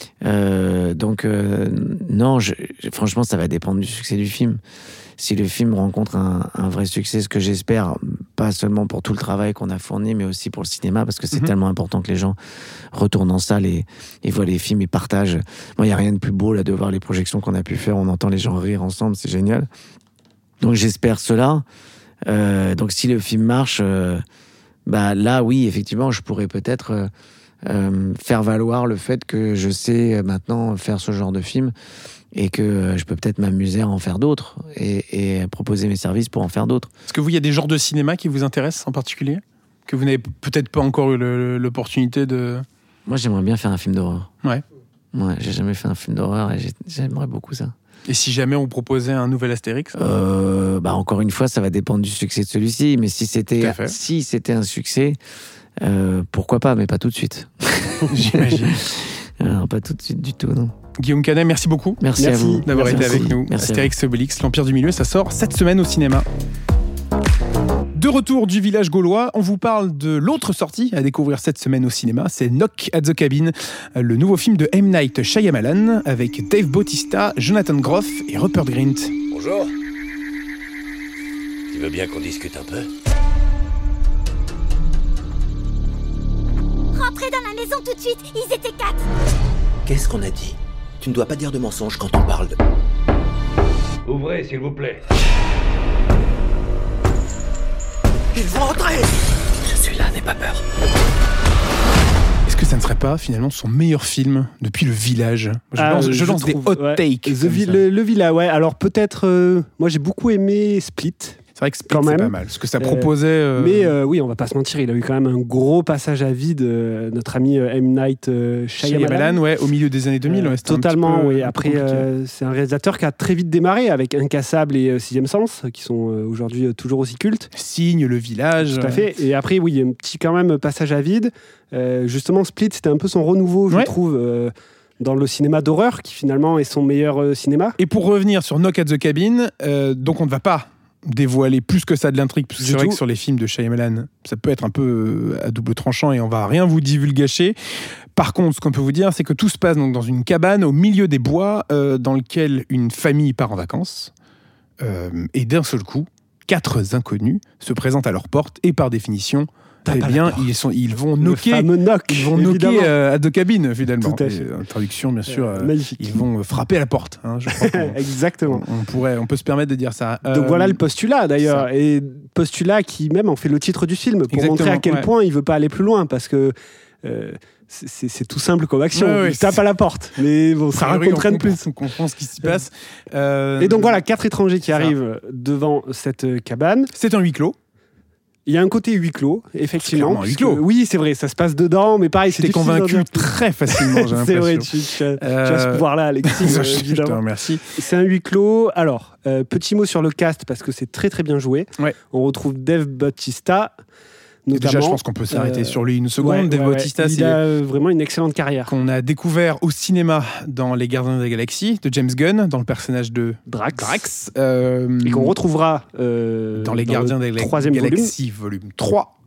Euh, donc euh, non, je, franchement, ça va dépendre du succès du film. Si le film rencontre un, un vrai succès, ce que j'espère, pas seulement pour tout le travail qu'on a fourni, mais aussi pour le cinéma, parce que c'est mm-hmm. tellement important que les gens retournent en salle et, et voient les films et partagent. Moi, il n'y a rien de plus beau là de voir les projections qu'on a pu faire. On entend les gens rire ensemble, c'est génial. Donc j'espère cela. Euh, donc si le film marche, euh, bah là, oui, effectivement, je pourrais peut-être euh, euh, faire valoir le fait que je sais maintenant faire ce genre de film. Et que je peux peut-être m'amuser à en faire d'autres et, et proposer mes services pour en faire d'autres. Est-ce que vous, il y a des genres de cinéma qui vous intéressent en particulier, que vous n'avez peut-être pas encore eu le, l'opportunité de... Moi, j'aimerais bien faire un film d'horreur. Ouais. Ouais, j'ai jamais fait un film d'horreur et j'aimerais beaucoup ça. Et si jamais on vous proposait un nouvel Astérix euh, bah encore une fois, ça va dépendre du succès de celui-ci. Mais si c'était, si c'était un succès, euh, pourquoi pas, mais pas tout de suite. J'imagine. Alors, pas tout de suite du tout, non. Guillaume Canet, merci beaucoup. Merci, merci à vous d'avoir merci. été avec nous. Merci Astérix Obélix, l'Empire du Milieu, ça sort cette semaine au cinéma. De retour du village gaulois, on vous parle de l'autre sortie à découvrir cette semaine au cinéma, c'est Knock at the Cabin, le nouveau film de M. Night Shyamalan avec Dave Bautista, Jonathan Groff et Rupert Grint. Bonjour. Tu veux bien qu'on discute un peu ? Rentrez dans la maison tout de suite, ils étaient quatre. Qu'est-ce qu'on a dit ? Tu ne dois pas dire de mensonges quand on parle de... Ouvrez, s'il vous plaît. Ils vont entrer ! Je suis là, n'aie pas peur. Est-ce que ça ne serait pas, finalement, son meilleur film depuis Le Village ? Je ah, lance, je je lance trouve, des hot ouais. takes. The vi- le, le Village, ouais. Alors peut-être... Euh, moi, j'ai beaucoup aimé Split. C'est vrai que Split, c'est pas mal. Ce que ça proposait... Euh, euh... Mais euh, oui, on va pas se mentir, il a eu quand même un gros passage à vide, euh, notre ami euh, M. Night euh, Shyamalan. Shyamalan, ouais, au milieu des années deux mille. Euh, ouais, totalement, peu, oui. Après, euh, c'est un réalisateur qui a très vite démarré avec Incassable et euh, Sixième Sens, qui sont euh, aujourd'hui euh, toujours aussi cultes. Signe, Le Village. Tout à fait. Et après, oui, il y a un petit quand même passage à vide. Euh, justement, Split, c'était un peu son renouveau, je ouais. trouve, euh, dans le cinéma d'horreur, qui finalement est son meilleur euh, cinéma. Et pour revenir sur Knock at the Cabin, euh, donc on ne va pas dévoiler plus que ça de l'intrigue, parce que c'est vrai que sur les films de Shyamalan, ça peut être un peu à double tranchant et on va rien vous divulgacher. Par contre, ce qu'on peut vous dire, c'est que tout se passe donc dans une cabane au milieu des bois, euh, dans lequel une famille part en vacances, euh, et d'un seul coup, quatre inconnus se présentent à leur porte, et par définition, eh bien, ils, sont, ils vont knocker, knock, ils vont knocker euh, à deux cabines, finalement. Tout à fait. Et, euh, traduction, bien sûr, euh, magnifique. Ils vont frapper à la porte. Hein, je crois Exactement. On, on, pourrait, on peut se permettre de dire ça. Donc euh, voilà le postulat, d'ailleurs. Ça. Et postulat qui même en fait le titre du film, pour Exactement, montrer à quel ouais. point il veut pas aller plus loin, parce que euh, c'est, c'est tout simple comme action. Ouais, ouais, il tape à la porte. Mais bon, ça raconte rien de plus. On comprend ce qui s'y passe. Euh... Et donc voilà, quatre étrangers qui ça. arrivent devant cette cabane. C'est un huis clos. Il y a un côté huis clos, effectivement. C'est huis clos. Oui, c'est vrai, ça se passe dedans, mais pareil, c'est difficile. T'es convaincu très facilement, j'ai l'impression. C'est vrai, tu, tu, as, euh... tu as ce pouvoir-là, Alexis. je, je te remercie. C'est un huis clos. Alors, euh, petit mot sur le cast, parce que c'est très très bien joué. Ouais. On retrouve Dave Bautista. Notamment, déjà, je pense qu'on peut s'arrêter euh, sur lui une seconde. Ouais, Dave ouais, Bautista, ouais. Il c'est a vraiment une excellente carrière. Qu'on a découvert au cinéma dans Les Gardiens de la Galaxie de James Gunn, dans le personnage de Drax, Drax euh, et qu'on retrouvera euh, dans Les dans Gardiens de la Galaxie volume. volume trois.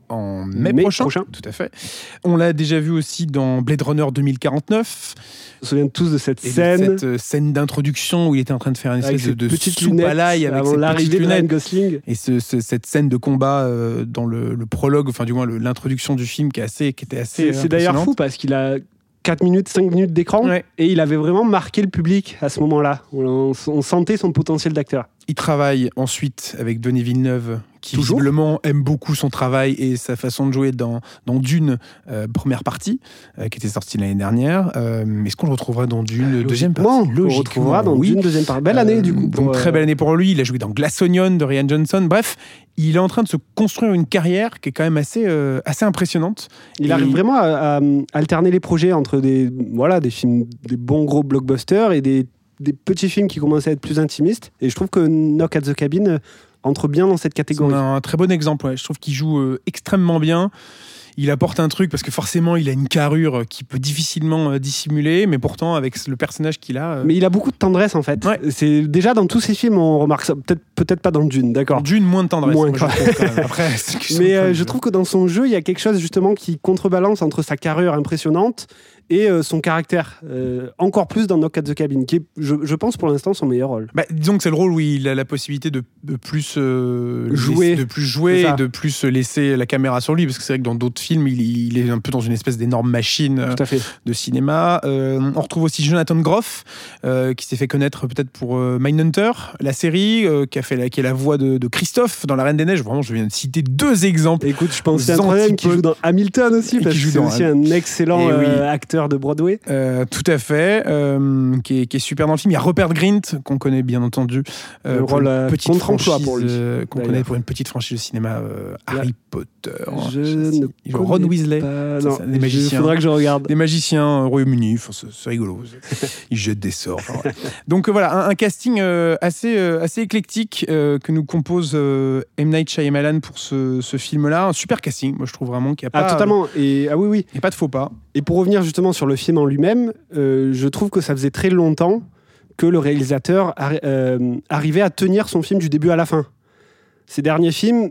en mai, mai prochain. prochain. Tout à fait. On l'a déjà vu aussi dans Blade Runner deux mille quarante-neuf. On se souvient tous de cette Et scène. de cette euh, scène d'introduction où il était en train de faire une espèce de, de petite soupe à l'ail avec avant cette l'arrivée petite de Ryan lunette. Gosling. Et ce, ce- cette scène de combat euh, dans le, le prologue, enfin du moins le- l'introduction du film qui, est assez, qui était assez C'est, c'est d'ailleurs impressionnante. fou parce qu'il a quatre minutes, cinq minutes d'écran Ouais. et il avait vraiment marqué le public à ce moment-là. On, on sentait son potentiel d'acteur. Il travaille ensuite avec Denis Villeneuve, qui Toujours visiblement aime beaucoup son travail et sa façon de jouer dans, dans Dune, euh, première partie, euh, qui était sortie l'année dernière. Euh, est-ce qu'on le retrouvera dans Dune, deuxième Logiquement, partie on le retrouvera dans oui. une deuxième partie. Belle année, Euh, du coup. Donc, pour, très euh, belle année pour lui. Il a joué dans Glass Onion de Rian Johnson. Bref, il est en train de se construire une carrière qui est quand même assez, euh, assez impressionnante. Il Et- arrive vraiment à, à alterner les projets entre des, voilà, des films, des bons gros blockbusters et des, des petits films qui commencent à être plus intimistes. Et je trouve que Knock at the Cabin euh, entre bien dans cette catégorie. C'est un très bon exemple. Ouais. Je trouve qu'il joue euh, extrêmement bien. Il apporte un truc parce que forcément, il a une carrure qui peut difficilement euh, dissimuler, mais pourtant, avec le personnage qu'il a. euh, Mais il a beaucoup de tendresse en fait. Ouais. C'est déjà dans tous ses films on remarque ça. Peut-être peut-être pas dans Dune, d'accord. D'une moins de tendresse. Moins, moi, je quand trouve, quand même. Après, c'est que Mais son euh, point de je vue. trouve que dans son jeu, il y a quelque chose justement qui contrebalance entre sa carrure impressionnante et euh, son caractère. Euh, encore plus dans Knock at the Cabin, qui est, je, je pense, pour l'instant, son meilleur rôle. Bah, disons que c'est le rôle où il a la possibilité de, de plus euh, Jouer. laisser- de plus jouer, C'est ça. et de plus laisser la caméra sur lui, parce que c'est vrai que dans d'autres films, il, il est un peu dans une espèce d'énorme machine euh, Tout à fait. de cinéma. Euh, on retrouve aussi Jonathan Groff, euh, qui s'est fait connaître peut-être pour euh, Mindhunter, la série, euh, qui a fait la, qui est la voix de, de Christophe dans La Reine des Neiges. Vraiment, je viens de citer deux exemples. Écoute, je pense aux à un troisième qui antipodes. joue dans Hamilton aussi, Et parce qui que joue c'est dans aussi Ham- un excellent Eh oui. euh, acteur de Broadway. Euh, tout à fait, euh, qui, est, qui est super dans le film. Il y a Rupert Grint, qu'on connaît bien entendu, Le pour rôle, une euh, petite contre-emploi franchise, pour lui, euh, qu'on d'ailleurs. connaît pour une petite franchise de cinéma, euh, Harry Potter. Je sais ne si- il joue Ron connais Weasley. pas. C'est Non, ça, des magiciens. il faudra que je regarde. Des magiciens au Royaume-Uni, enfin, c'est, c'est rigolo. Ils jettent des sorts. Enfin, voilà. Donc euh, voilà, un, un casting euh, assez, euh, assez éclectique euh, que nous compose euh, M. Night Shyamalan pour ce, ce film-là. Un super casting, moi je trouve vraiment qu'il n'y a Ah, pas, totalement. Et, ah oui, oui. il y a pas de faux pas. Et pour revenir justement sur le film en lui-même, euh, je trouve que ça faisait très longtemps que le réalisateur arri- euh, arrivait à tenir son film du début à la fin. Ces derniers films,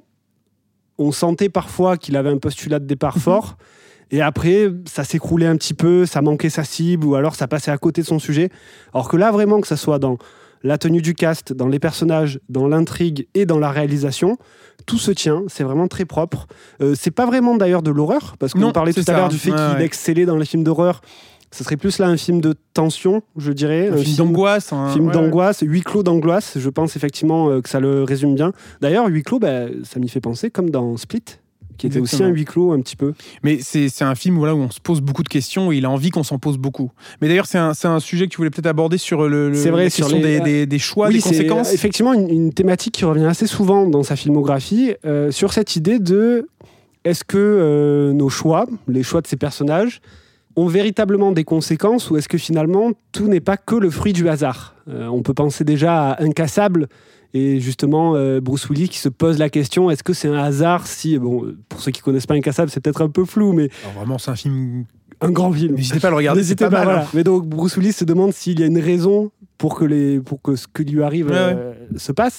on sentait parfois qu'il avait un postulat de départ fort, et après, ça s'écroulait un petit peu, ça manquait sa cible, ou alors ça passait à côté de son sujet. Alors que là, vraiment, que ça soit dans la tenue du cast, dans les personnages, dans l'intrigue et dans la réalisation, tout se tient, c'est vraiment très propre. Euh, c'est pas vraiment d'ailleurs de l'horreur, parce qu'on Non, parlait tout c'est à ça. l'heure du fait Ouais, qu'il ouais. excellait dans les films d'horreur. Ce serait plus là un film de tension, je dirais. Un film d'angoisse. Un film ouais, d'angoisse, huis clos d'angoisse. Je pense effectivement euh, que ça le résume bien. D'ailleurs, huis clos, bah, ça m'y fait penser comme dans Split, qui était aussi Exactement. un huis clos un petit peu. Mais c'est, c'est un film voilà, où on se pose beaucoup de questions et il a envie qu'on s'en pose beaucoup. Mais d'ailleurs, c'est un, c'est un sujet que tu voulais peut-être aborder sur le, le- C'est vrai, la sur question les- des, des, des choix, oui, des c'est conséquences. effectivement une, une thématique qui revient assez souvent dans sa filmographie, euh, sur cette idée de est-ce que euh, nos choix, les choix de ces personnages, ont véritablement des conséquences ou est-ce que finalement tout n'est pas que le fruit du hasard. Euh, On peut penser déjà à Incassable et justement euh, Bruce Willis qui se pose la question est-ce que c'est un hasard si, bon, pour ceux qui connaissent pas Incassable, c'est peut-être un peu flou, mais Alors vraiment, c'est un film. un grand film. N'hésitez pas à le regarder, c'est N'hésitez pas, pas, mal. voilà. hein. Mais donc Bruce Willis se demande s'il y a une raison pour que, les, pour que ce que lui arrive Ouais, euh, se passe.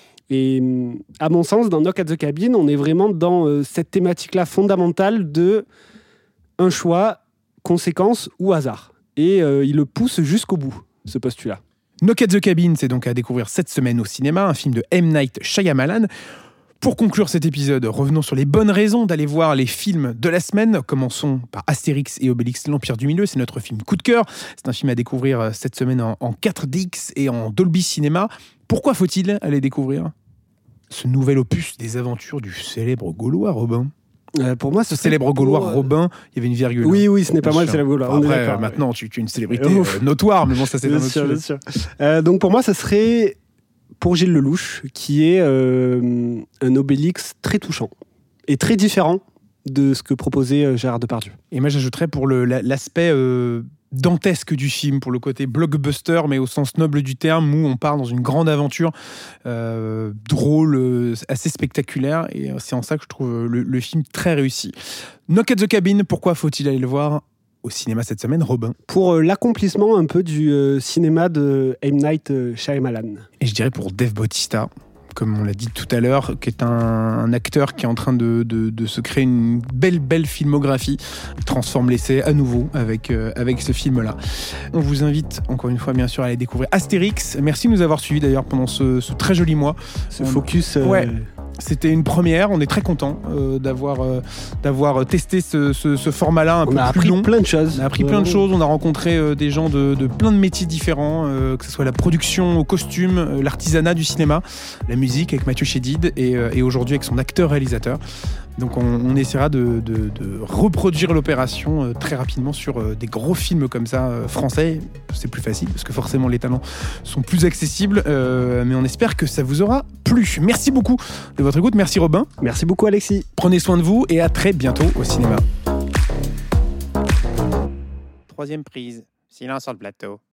Et hum, à mon sens, dans Knock at the Cabin, on est vraiment dans euh, cette thématique-là fondamentale de un choix, conséquence ou hasard. Et euh, il le pousse jusqu'au bout, ce postulat. Knock at the Cabin, c'est donc à découvrir cette semaine au cinéma, un film de M. Night Shyamalan. Pour conclure cet épisode, revenons sur les bonnes raisons d'aller voir les films de la semaine. Commençons par Astérix et Obélix, l'Empire du Milieu. C'est notre film coup de cœur. C'est un film à découvrir cette semaine en, en quatre D X et en Dolby Cinema. Pourquoi faut-il aller découvrir ce nouvel opus des aventures du célèbre Gaulois Robin? Euh, pour moi, Ce célèbre Gaulois euh, Robin, il y avait une virgule. Oui, oui, ce n'est pas Bien moi le sûr. célèbre Gaulois. Bon, on est après, d'accord, euh, maintenant, tu, tu es une célébrité Ouf. euh, notoire, mais bon, ça, c'est Bien un autre sûr, sujet. bien sûr. Euh, donc pour moi, ça serait pour Gilles Lelouch, qui est euh, un Obélix très touchant et très différent de ce que proposait euh, Gérard Depardieu. Et moi, j'ajouterais pour le, la- l'aspect euh, dantesque du film, pour le côté blockbuster, mais au sens noble du terme, où on part dans une grande aventure euh, drôle, euh, assez spectaculaire. Et euh, c'est en ça que je trouve le, le film très réussi. Knock at the Cabin, pourquoi faut-il aller le voir au cinéma cette semaine, Robin? Pour euh, l'accomplissement un peu du euh, cinéma de M. Night euh, Shyamalan. Et je dirais pour Dave Bautista, comme on l'a dit tout à l'heure, qui est un, un acteur qui est en train de, de, de se créer une belle, belle filmographie. Il transforme l'essai à nouveau avec, euh, avec ce film-là. On vous invite, encore une fois, bien sûr, à aller découvrir Astérix. Merci de nous avoir suivis, d'ailleurs, pendant ce, ce très joli mois. Ce on... focus... Euh... Ouais. C'était une première, on est très content euh, d'avoir, euh, d'avoir testé ce, ce, ce format-là un on peu plus long. On a appris plein de choses. On a appris plein de choses, on a rencontré euh, des gens de, de plein de métiers différents, euh, que ce soit la production au costume, euh, l'artisanat du cinéma, la musique avec Mathieu Chédid et, euh, et aujourd'hui avec son acteur-réalisateur. Donc on, on essaiera de, de, de reproduire l'opération euh, très rapidement sur euh, des gros films comme ça, euh, français. C'est plus facile parce que forcément les talents sont plus accessibles, euh, mais on espère que ça vous aura plu. Merci beaucoup de votre écoute, merci Robin. Merci beaucoup Alexis. Prenez soin de vous et à très bientôt au cinéma. Troisième prise, silence sur le plateau.